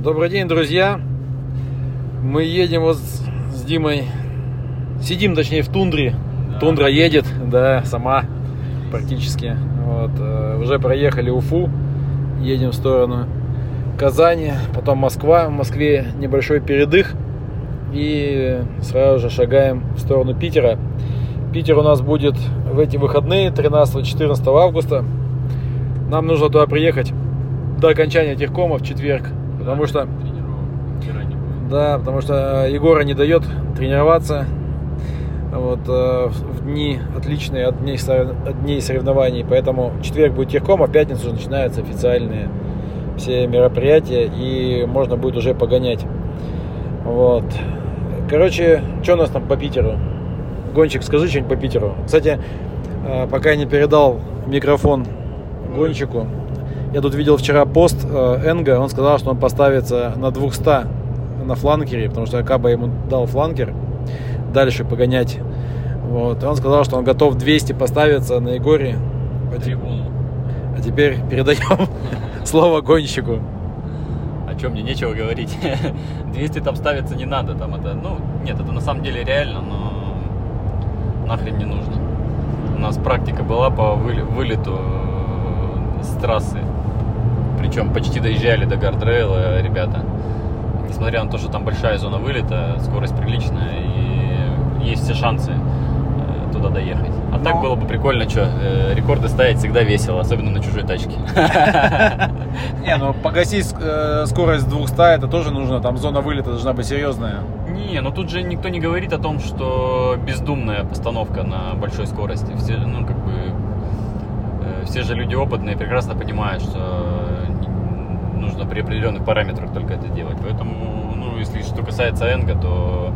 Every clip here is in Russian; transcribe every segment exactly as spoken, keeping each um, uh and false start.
Добрый день, друзья. Мы едем вот с, с Димой. Сидим, точнее, в тундре. Да. Тундра едет, да, сама практически. Вот, э, уже проехали Уфу. Едем в сторону Казани, потом Москва. В Москве небольшой передых. И сразу же шагаем в сторону Питера. Питер у нас будет в эти выходные, тринадцатого-четырнадцатого августа. Нам нужно туда приехать до окончания техкома в четверг. Потому что, да, потому что Егора не дает тренироваться вот, э, в дни отличные от дней, от дней соревнований. Поэтому в четверг будет техком, а в пятницу уже начинаются официальные все мероприятия. И можно будет уже погонять. Вот. Короче, что у нас там по Питеру? Гонщик, скажи что-нибудь по Питеру. Кстати, э, пока я не передал микрофон гонщику, я тут видел вчера пост э, Энга, он сказал, что он поставится на двухсот на фланкере, потому что Каба ему дал фланкер дальше погонять. Вот. И он сказал, что он готов двести поставиться на Егоре. А теперь передаем слово гонщику. О чем мне нечего говорить. двести там ставиться не надо. Там это, ну, нет, это на самом деле реально, но нахрен не нужно. У нас практика была по вылету с трассы. Причем почти доезжали до гардрейла ребята. Несмотря на то, что там большая зона вылета, скорость приличная и есть все шансы туда доехать. А Но... так было бы прикольно, что рекорды ставить всегда весело, особенно на чужой тачке. Не, ну погасить скорость двухсот, это тоже нужно, там зона вылета должна быть серьезная. Не, ну тут же никто не говорит о том, что бездумная постановка на большой скорости. Все, ну как бы, все же люди опытные прекрасно понимают, что нужно при определенных параметрах только это делать. Поэтому, ну, если что касается Энга, то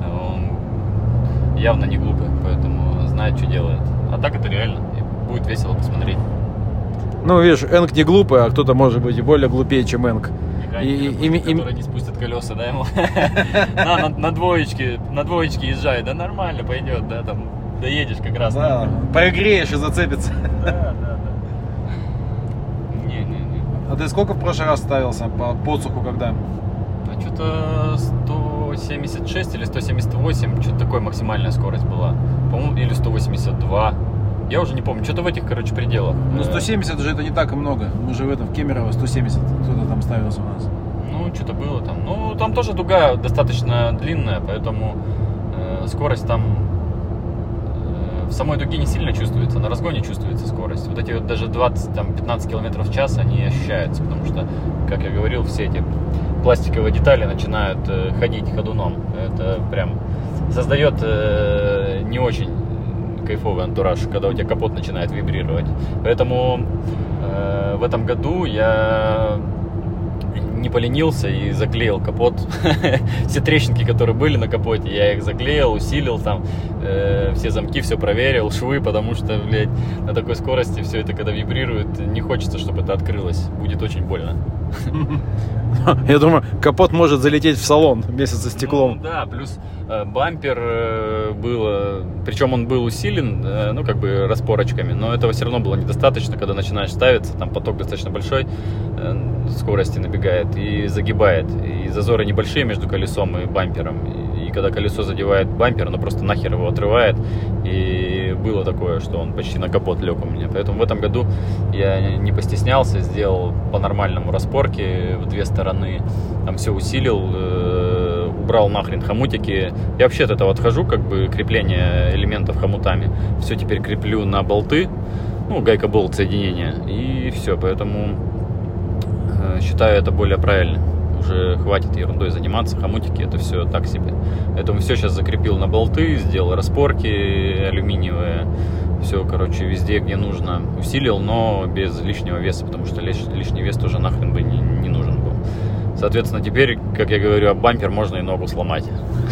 он явно не глупый, поэтому знает, что делает. А так это реально, и будет весело посмотреть. Ну, видишь, Энг не глупый, а кто-то может быть и более глупее, чем Энг. И, и, и, которые и... не спустят колеса, да, ему? на, на, на двоечке, на двоечке езжай, да нормально пойдет, да, там доедешь как раз. Да, прогреешь и зацепится. Да, да, да. А ты сколько в прошлый раз ставился по подсуху, когда? А что-то сто семьдесят шесть или сто семьдесят восемь, что-то такое максимальная скорость была. По-моему, или сто восемьдесят два. Я уже не помню, что-то в этих, короче, пределах. Ну, сто семьдесят же это не так и много. Мы же в этом, в Кемерово сто семьдесят, кто-то там ставился у нас. Ну, что-то было там. Ну, там тоже дуга достаточно длинная, поэтому э, скорость там э, в самой дуге не сильно чувствуется, на разгоне чувствуется скорость. Вот эти вот даже двадцать-пятнадцать километров в час, они ощущаются, потому что, как я говорил, все эти пластиковые детали начинают э, ходить ходуном. Это прям создает э, не очень кайфовый антураж, когда у тебя капот начинает вибрировать. Поэтому э, в этом году я не поленился и заклеил капот. Все трещинки, которые были на капоте, я их заклеил, усилил там, э, все замки, все проверил, швы, потому что, блядь, на такой скорости все это, когда вибрирует, не хочется, чтобы это открылось. Будет очень больно. Я думаю, капот может залететь в салон вместе со стеклом. Ну, да, плюс э, бампер э, было, причем он был усилен, э, ну, как бы распорочками, но этого все равно было недостаточно, когда начинаешь ставиться, там поток достаточно большой, э, скорости набегает и загибает, и зазоры небольшие между колесом и бампером, и, и когда колесо задевает бампер, оно просто нахер его отрывает, и было такое, что он почти на капот лег у меня, поэтому в этом году я не постеснялся, сделал по-нормальному распорки в две стороны, там все усилил, э, убрал нахрен хомутики. Я вообще от этого отхожу, как бы крепление элементов хомутами. Все теперь креплю на болты, ну, гайка-болт соединения, и все, поэтому э, считаю это более правильно. Уже хватит ерундой заниматься, хомутики это все так себе. Поэтому все сейчас закрепил на болты, сделал распорки алюминиевые. Все, короче, везде, где нужно, усилил, но без лишнего веса, потому что лишний вес тоже нахрен бы не, не нужен был. Соответственно, теперь, как я говорю, об бампер можно и ногу сломать.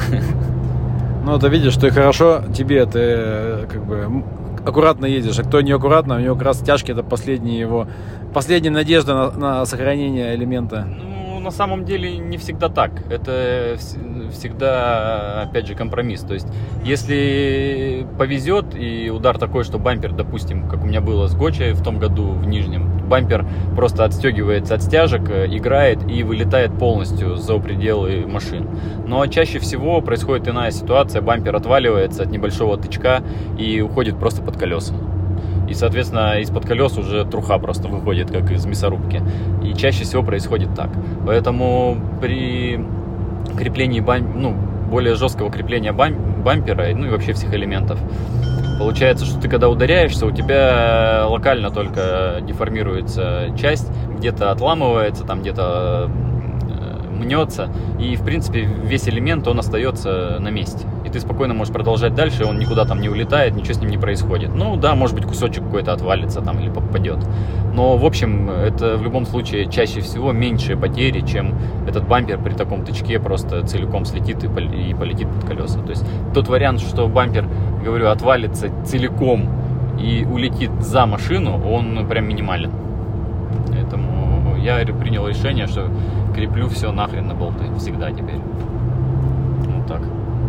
Ну, ты видишь, что и хорошо тебе, ты как бы аккуратно едешь, а кто не аккуратно, у него как раз тяжки, это последняя его, последняя надежда на, на сохранение элемента. Ну, на самом деле не всегда так. Это всегда, опять же, компромисс. То есть, если повезет и удар такой, что бампер, допустим, как у меня было с Гочей в том году в Нижнем, бампер просто отстегивается от стяжек, играет и вылетает полностью за пределы машин. Но чаще всего происходит иная ситуация, бампер отваливается от небольшого тычка и уходит просто под колеса. И, соответственно, из-под колес уже труха просто выходит, как из мясорубки. И чаще всего происходит так. Поэтому при креплении бам... ну, более жесткого крепления бам... бампера, ну и вообще всех элементов, получается, что ты когда ударяешься, у тебя локально только деформируется часть, где-то отламывается, там где-то мнется, и в принципе весь элемент, он остается на месте. И ты спокойно можешь продолжать дальше, он никуда там не улетает, ничего с ним не происходит. Ну да, может быть, кусочек какой-то отвалится там или попадет. Но в общем, это в любом случае чаще всего меньшие потери, чем этот бампер при таком тычке просто целиком слетит и полетит под колеса. То есть тот вариант, что бампер, говорю, отвалится целиком и улетит за машину, он прям минимален. Поэтому я принял решение, что креплю все нахрен на болты всегда теперь. Вот так.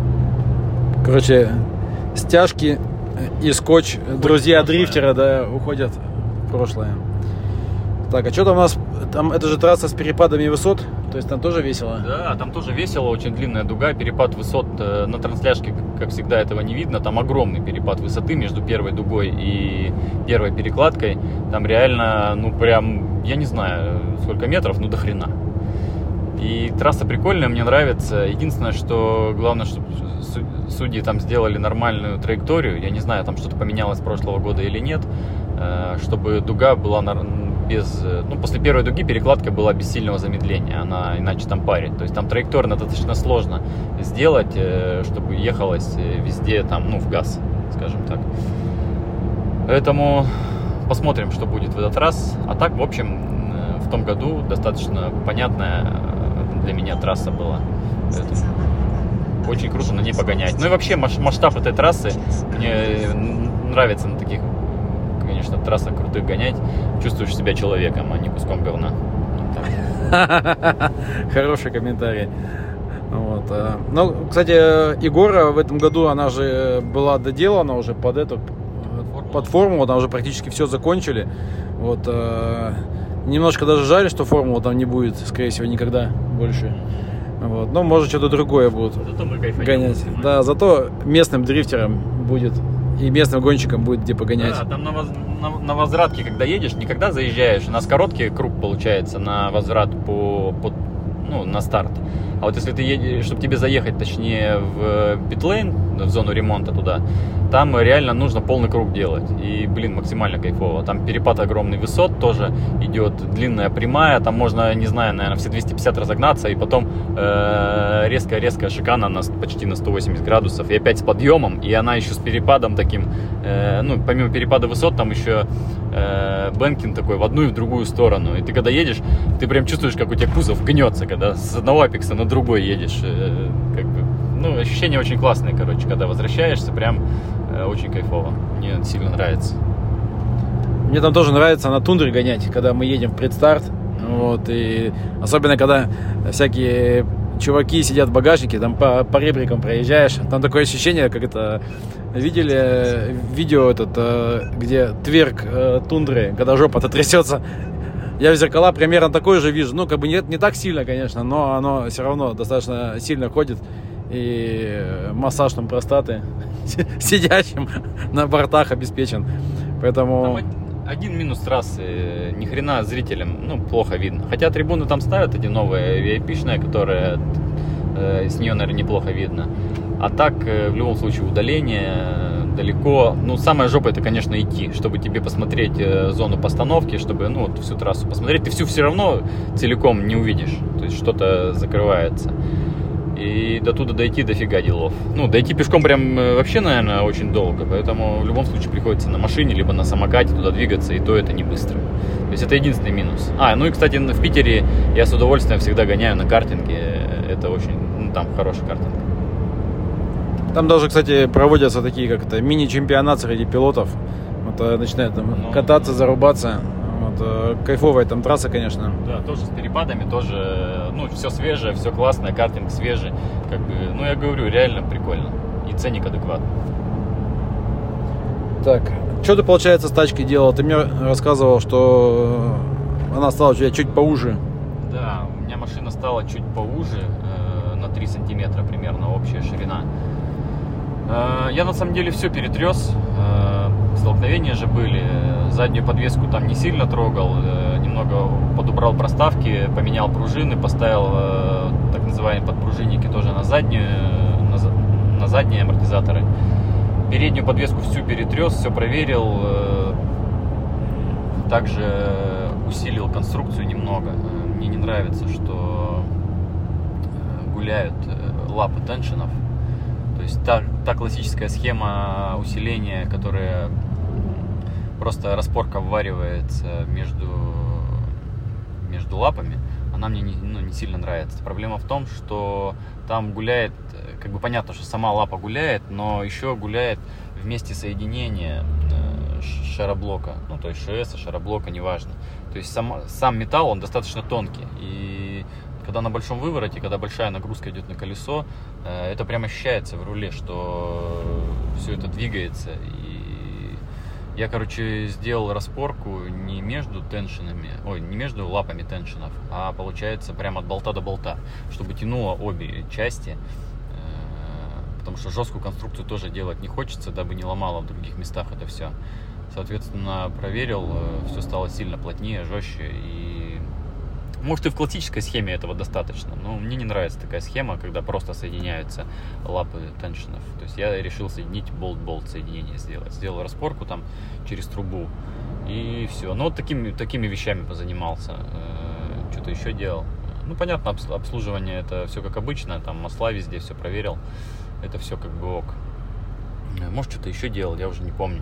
Короче, стяжки и скотч, уходит друзья дрифтера, да, уходят в прошлое. Так, а что там у нас? Там это же трасса с перепадами высот, то есть там тоже весело? Да, там тоже весело, очень длинная дуга, перепад высот на трансляшке, как всегда, этого не видно. Там огромный перепад высоты между первой дугой и первой перекладкой. Там реально, ну прям, я не знаю, сколько метров, ну до хрена. И трасса прикольная, мне нравится. Единственное, что главное, чтобы судьи там сделали нормальную траекторию. Я не знаю, там что-то поменялось с прошлого года или нет, чтобы дуга была без... Ну, после первой дуги перекладка была без сильного замедления, она иначе там парит. То есть там траекторно достаточно сложно сделать, чтобы ехалось везде там, ну, в газ, скажем так. Поэтому посмотрим, что будет в этот раз. А так, в общем, в том году достаточно понятная для меня трасса была. Поэтому очень круто на ней погонять. Ну и вообще масштаб этой трассы мне нравится на таких, конечно, трассах крутых гонять. Чувствуешь себя человеком, а не куском говна. Хороший комментарий. Вот. Ну, кстати, Егора в этом году, она же была доделана уже под эту, под формулу, там уже практически все закончили. Вот. Немножко даже жаль, что формула там не будет, скорее всего, никогда больше. Вот. Но может что-то другое будут зато мы гонять. Да, зато местным дрифтерам будет и местным гонщикам будет где погонять. Да, там на, воз... на, на возвратке, когда едешь, никогда заезжаешь. У нас короткий круг получается на возврат по, по, ну, на старт. А вот если ты едешь, чтобы тебе заехать, точнее, в питлейн, в зону ремонта туда, там реально нужно полный круг делать. И, блин, максимально кайфово. Там перепад огромный высот тоже идет, длинная прямая. Там можно, не знаю, наверное, все двести пятьдесят разогнаться. И потом э, резко-резко шикана на, почти на сто восемьдесят градусов. И опять с подъемом. И она еще с перепадом таким. Э, ну, помимо перепада высот, там еще э, бэнкин такой в одну и в другую сторону. И ты когда едешь, ты прям чувствуешь, как у тебя кузов гнется, когда с одного апекса на другой едешь. Э, как бы, ну, ощущения очень классные, короче, когда возвращаешься, прям э, очень кайфово. Мне сильно нравится. Мне там тоже нравится на тундре гонять, когда мы едем в предстарт. Вот, и особенно, когда всякие чуваки сидят в багажнике, там по, по ребрикам проезжаешь. Там такое ощущение, как это... Видели видео этот, где тверк тундры, когда жопа-то трясется? Я в зеркала примерно такое же вижу. Ну, как бы нет, не так сильно, конечно, но оно все равно достаточно сильно ходит. И массаж там простаты сидящим на бортах обеспечен. Поэтому... Там один минус трассы, ни хрена зрителям, ну, плохо видно. Хотя трибуны там ставят эти новые, ви ай пи-шные, которые э, с нее, наверное, неплохо видно. А так, э, в любом случае, удаление далеко. Ну, самая жопа — это, конечно, идти, чтобы тебе посмотреть э, зону постановки, чтобы, ну, вот всю трассу посмотреть. Ты всю все равно целиком не увидишь, то есть что-то закрывается. И до туда дойти дофига делов. Ну, дойти пешком прям вообще, наверное, очень долго. Поэтому в любом случае приходится на машине, либо на самокате туда двигаться, и то это не быстро. То есть это единственный минус. А, ну и, кстати, в Питере я с удовольствием всегда гоняю на картинге. Это очень, ну, там хороший картинг. Там даже, кстати, проводятся такие, как это, мини-чемпионат среди пилотов. Вот начинают там ну, кататься, зарубаться. Вот. Вот. Кайфовая там трасса, конечно. Да, тоже с перепадами, тоже, ну, все свежее, все классное, картинг свежий. Как бы, ну, я говорю, реально прикольно. И ценник адекватный. Так, что ты, получается, с тачкой делал? Ты мне рассказывал, что она стала у тебя чуть поуже. Да, у меня машина стала чуть поуже, э, на три сантиметра примерно общая ширина. Э, я на самом деле все перетрес, э, столкновения же были, заднюю подвеску там не сильно трогал, э, немного подубрал проставки, поменял пружины, поставил э, так называемые подпружинники тоже на заднюю, на, на задние амортизаторы. Переднюю подвеску всю перетрес, все проверил, э, также усилил конструкцию немного. Мне не нравится, что гуляют лапы теншенов. То есть та, та классическая схема усиления, которая просто распорка вваривается между, между лапами, она мне не, ну, не сильно нравится. Проблема в том, что там гуляет, как бы понятно, что сама лапа гуляет, но еще гуляет вместе соединения шароблока, ну то есть ШС, шароблока, неважно. То есть сам, сам металл, он достаточно тонкий, и когда на большом вывороте, когда большая нагрузка идет на колесо, это прям ощущается в руле, что все это двигается. И я, короче, сделал распорку не между теншенами, ой, не между лапами теншенов, а получается прямо от болта до болта, чтобы тянуло обе части. Потому что жесткую конструкцию тоже делать не хочется, дабы не ломало в других местах это все. Соответственно, проверил, все стало сильно плотнее, жестче. И может и в классической схеме этого достаточно, но мне не нравится такая схема, когда просто соединяются лапы теншенов. То есть я решил соединить болт-болт соединение сделать. Сделал распорку там через трубу и все. Ну вот такими, такими вещами позанимался. Что-то еще делал. Ну понятно, обслуживание это все как обычно, там масла везде, все проверил. Это все как бы ок. Может, что-то еще делал, я уже не помню.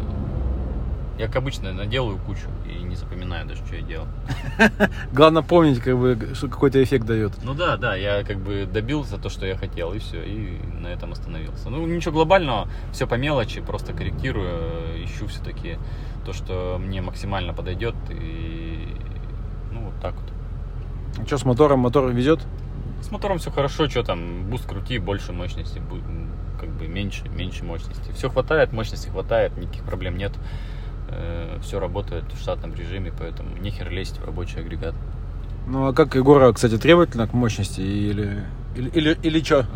Я, как обычно, наделаю кучу и не запоминаю даже, что я делал. Главное помнить, как бы, что какой-то эффект дает. Ну да, да, я как бы добился то, что я хотел, и все, и на этом остановился. Ну, ничего глобального, все по мелочи, просто корректирую, ищу все-таки то, что мне максимально подойдет, и ну, вот так вот. А что с мотором? Мотор везет? С мотором все хорошо, что там, буст крути, больше мощности, как бы меньше, меньше мощности. Все хватает, мощности хватает, никаких проблем нет. Все работает в штатном режиме, поэтому нехер лезть в рабочий агрегат. Ну а как Егора, кстати, требовательно к мощности или, или, или, или что?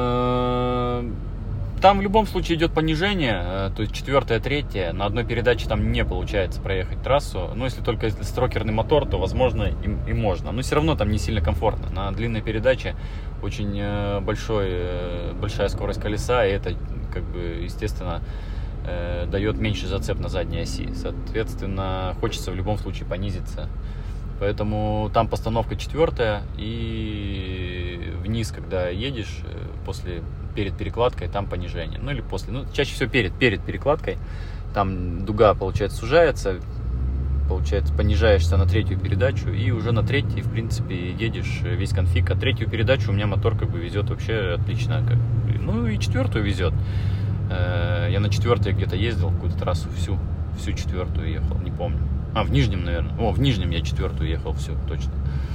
Там в любом случае идет понижение, то есть четвертая, третья, на одной передаче там не получается проехать трассу, но если только если строкерный мотор, то возможно и, и можно, но все равно там не сильно комфортно. На длинной передаче очень большой, большая скорость колеса, и это как бы естественно дает меньше зацеп на задней оси, соответственно хочется в любом случае понизиться. Поэтому там постановка четвертая, и вниз, когда едешь, после, перед перекладкой, там понижение. Ну или после, ну чаще всего перед, перед перекладкой, там дуга, получается, сужается, получается, понижаешься на третью передачу, и уже на третьей, в принципе, едешь весь конфиг. А третью передачу у меня мотор как бы везет вообще отлично. Как бы. Ну и четвертую везет. Я на четвертой где-то ездил, какую-то трассу всю, всю четвертую ехал, не помню. А, в Нижнем, наверное. О, в Нижнем я четвертую ехал, все, точно.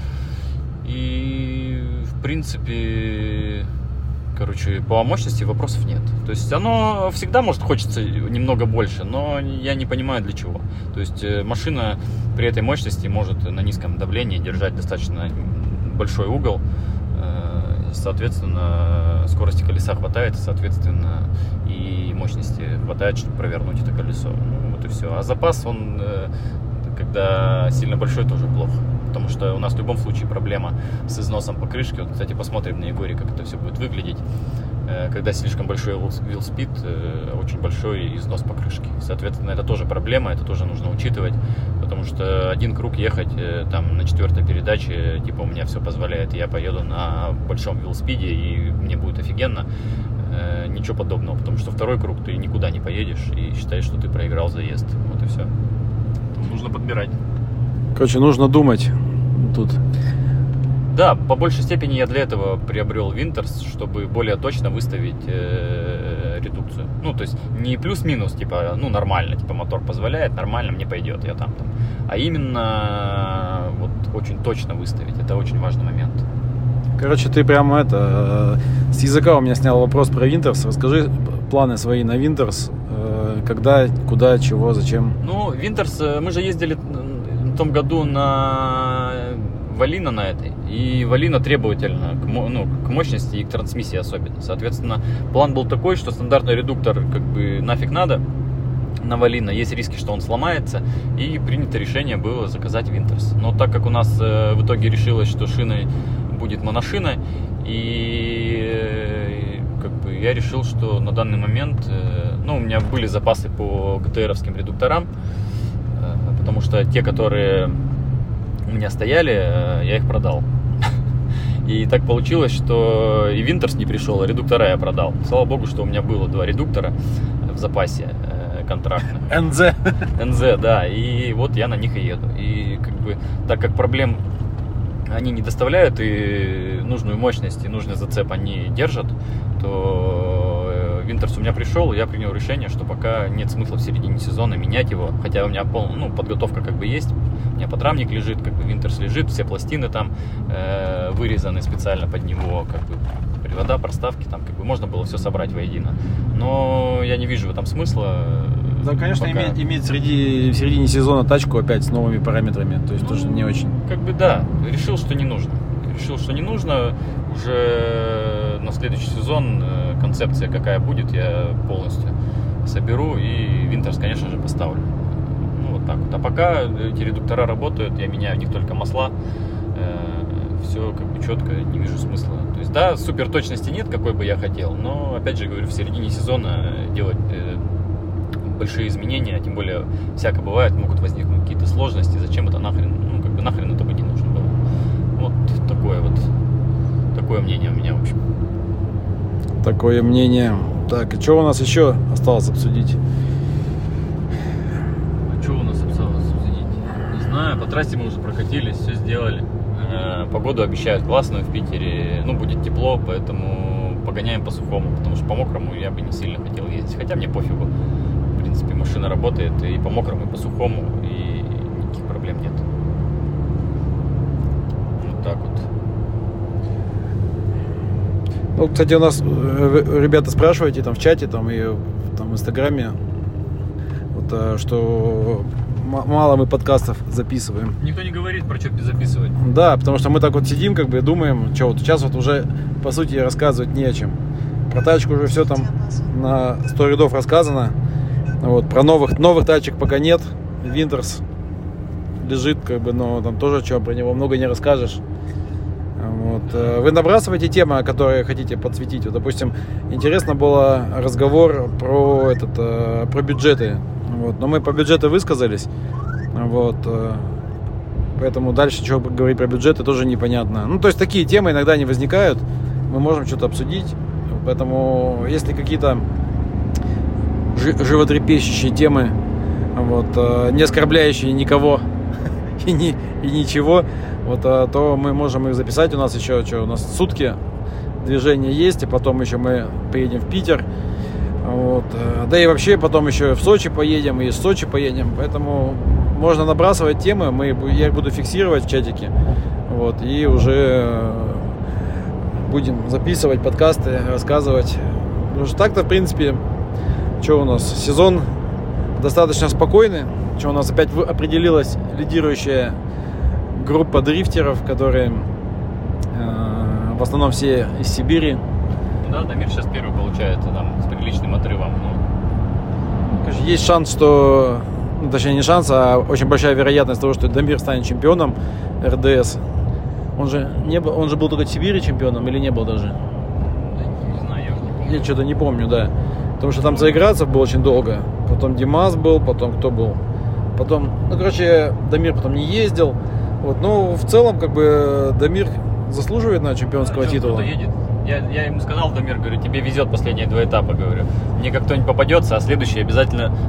И, в принципе, короче, по мощности вопросов нет. То есть оно всегда, может, хочется немного больше, но я не понимаю для чего. То есть машина при этой мощности может на низком давлении держать достаточно большой угол. Соответственно, скорости колеса хватает, соответственно, и мощности хватает, чтобы провернуть это колесо. Ну, вот и все. А запас, он, когда сильно большой, тоже плохо. Потому что у нас в любом случае проблема с износом покрышки. Вот, кстати, посмотрим на Егоре, как это все будет выглядеть. Когда слишком большой wheel speed, очень большой износ покрышки. Соответственно, это тоже проблема, это тоже нужно учитывать. Потому что один круг ехать там на четвертой передаче, типа у меня все позволяет, я поеду на большом велоспиде и мне будет офигенно. Ничего подобного, потому что второй круг ты никуда не поедешь и считаешь, что ты проиграл заезд. Вот и все. Нужно подбирать. Короче, нужно думать тут. Да, по большей степени я для этого приобрел Винтерс, чтобы более точно выставить э, редукцию. Ну, то есть не плюс-минус, типа, ну, нормально, типа, мотор позволяет, нормально, мне пойдет, я там, там. А именно вот очень точно выставить, это очень важный момент. Короче, ты прямо это, с языка у меня снял вопрос про Винтерс. Расскажи планы свои на Винтерс, когда, куда, чего, зачем? Ну, Винтерс, мы же ездили в том году на Валина на этой, и Валина требовательна к, ну, к мощности и к трансмиссии особенно. Соответственно, план был такой, что стандартный редуктор как бы нафиг надо на Валина, есть риски, что он сломается, и принято решение было заказать Винтерс. Но так как у нас э, в итоге решилось, что шиной будет моношина, и как бы я решил, что на данный момент, э, ну, у меня были запасы по джи ти ар-овским редукторам, э, потому что те, которые у меня стояли, э, я их продал. И так получилось, что и Винтерс не пришел, а редуктора я продал. Слава богу, что у меня было два редуктора в запасе э, контрактных. эн зет. эн зет, да, и вот я на них и еду. И как бы, так как проблем они не доставляют и нужную мощность, и нужный зацеп они держат, то Винтерс у меня пришел, и я принял решение, что пока нет смысла в середине сезона менять его, хотя у меня пол, ну, подготовка как бы есть, у меня подрамник лежит, как бы Винтерс лежит, все пластины там э, вырезаны специально под него, как бы привода, проставки, там как бы можно было все собрать воедино, но я не вижу в этом смысла. Да, конечно, пока... иметь, иметь среди, в середине сезона тачку опять с новыми параметрами, то есть ну, тоже не очень. Как бы да, решил, что не нужно. Решил, что не нужно. Уже на следующий сезон концепция какая будет, я полностью соберу и Винтерс, конечно же, поставлю. Ну вот так вот. А пока эти редуктора работают, я меняю в них только масла. Все как бы четко, не вижу смысла. То есть да, супер точности нет, какой бы я хотел, но опять же говорю, в середине сезона делать большие изменения, а тем более всяко бывает, могут возникнуть какие-то сложности, зачем это нахрен, ну как бы нахрен это бы не нужно было. Вот такое вот, такое мнение у меня, в общем. Такое мнение. Так, и что у нас еще осталось обсудить? А что у нас осталось обсудить? Не знаю, по трассе мы уже прокатились, все сделали. Погоду обещают классную в Питере, ну будет тепло, поэтому погоняем по сухому, потому что по мокрому я бы не сильно хотел ездить, хотя мне пофигу. В принципе, машина работает и по мокрому, и по сухому, и никаких проблем нет. Вот так вот. Ну, кстати, у нас ребята спрашиваете там в чате, там и там, в Инстаграме, вот, что мало мы подкастов записываем. Никто не говорит про что записывать. Да, потому что мы так вот сидим, как бы думаем, что вот сейчас вот уже по сути рассказывать не о чем. Про тачку уже все там на сто рядов рассказано. Вот, про новых, новых тачек пока нет. Винтерс лежит, как бы, но там тоже что, про него много не расскажешь. Вот. Вы набрасываете темы, которые хотите подсветить. Вот, допустим, интересно было разговор про, этот, про бюджеты. Вот. Но мы по бюджету высказались. Вот. Поэтому дальше, что говорить про бюджеты, тоже непонятно. Ну, то есть такие темы иногда не возникают. Мы можем что-то обсудить. Поэтому, если какие-то животрепещущие темы, вот, не оскорбляющие никого и, ни, и ничего, вот, то мы можем их записать. У нас еще что, у нас сутки движения есть, и потом еще мы поедем в Питер. Вот. Да и вообще потом еще в Сочи поедем, и из Сочи поедем. Поэтому можно набрасывать темы, мы, я их буду фиксировать в чатике. Вот, и уже будем записывать подкасты, рассказывать. Потому что так-то, в принципе, что у нас? Сезон достаточно спокойный. Что у нас опять определилась лидирующая группа дрифтеров, которые э, в основном все из Сибири. Да, Дамир сейчас первый получается, там, с приличным отрывом. Но... Есть шанс, что... Ну, точнее, не шанс, а очень большая вероятность того, что Дамир станет чемпионом эр дэ эс. Он же, не был, он же был только в Сибири чемпионом или не был даже? Не знаю, я уже не помню. Я что-то не помню, да. Потому что там заиграться было очень долго. Потом Димас был, потом кто был? Потом, ну, короче, Дамир потом не ездил. Вот, но в целом, как бы, Дамир заслуживает на чемпионского а титула. Едет. Я, я ему сказал, Дамир, говорю, тебе везет последние два этапа, говорю. Мне как кто-нибудь попадется, а следующий обязательно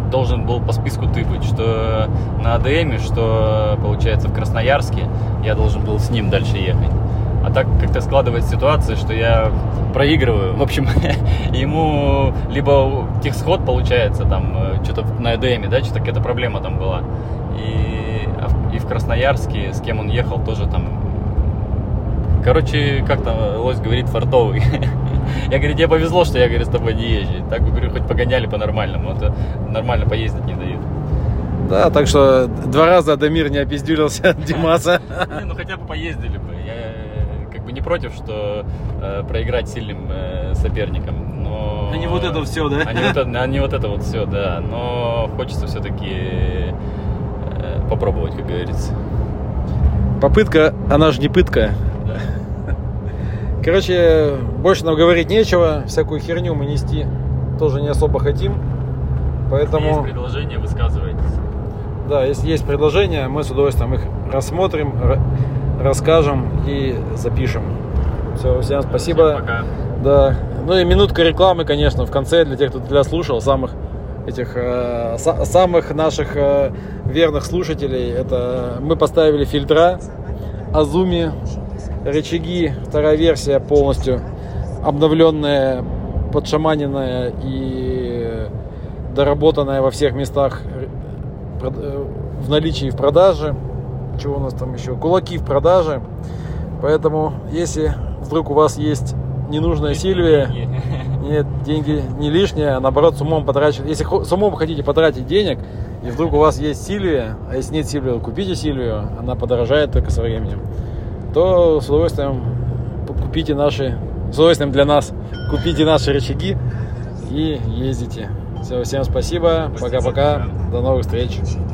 должен был по списку ты быть, что на АДМе, что, получается, в Красноярске я должен был с ним дальше ехать. А так как-то складывается ситуация, что я проигрываю. В общем, ему либо техсход получается, там, что-то на АДМе, да, что-то какая-то проблема там была. И, и в Красноярске, с кем он ехал, тоже там... Короче, как там лось говорит, фартовый. Я говорю, тебе повезло, что я, говорю, с тобой не езжу. Так, говорю, хоть погоняли по-нормальному, а то нормально поездить не дают. Да, так что два раза Адамир не опиздюлился от Димаса. Ну хотя бы поездили бы. Я как бы не против, что э, проиграть сильным э, соперникам. Но... А не вот это все, да? А не вот, а не вот это вот все, да. Но хочется все-таки э, попробовать, как говорится. Попытка, она же не пытка. Да. Короче, больше нам говорить нечего. Всякую херню мы нести тоже не особо хотим. Поэтому... Если есть предложения, высказывайтесь. Да, если есть предложения, мы с удовольствием их рассмотрим, р- расскажем и запишем. Все, всем спасибо. Всем пока. Да. Ну и минутка рекламы, конечно, в конце для тех, кто тебя слушал, самых этих э, са- самых наших э, верных слушателей. Это мы поставили фильтра Azumi, рычаги, вторая версия полностью обновленная, подшаманенная и доработанная во всех местах в наличии в продаже. Чего у нас там еще? Кулаки в продаже. Поэтому, если вдруг у вас есть ненужная Сильвия, нет, деньги не лишние, а наоборот с умом потрачены. Если с умом хотите потратить денег, и вдруг у вас есть Сильвия, а если нет Сильвии, купите Сильвию, она подорожает только со временем, то с удовольствием купите наши, с удовольствием для нас, купите наши рычаги и ездите. Все, всем спасибо, пока-пока, до новых встреч.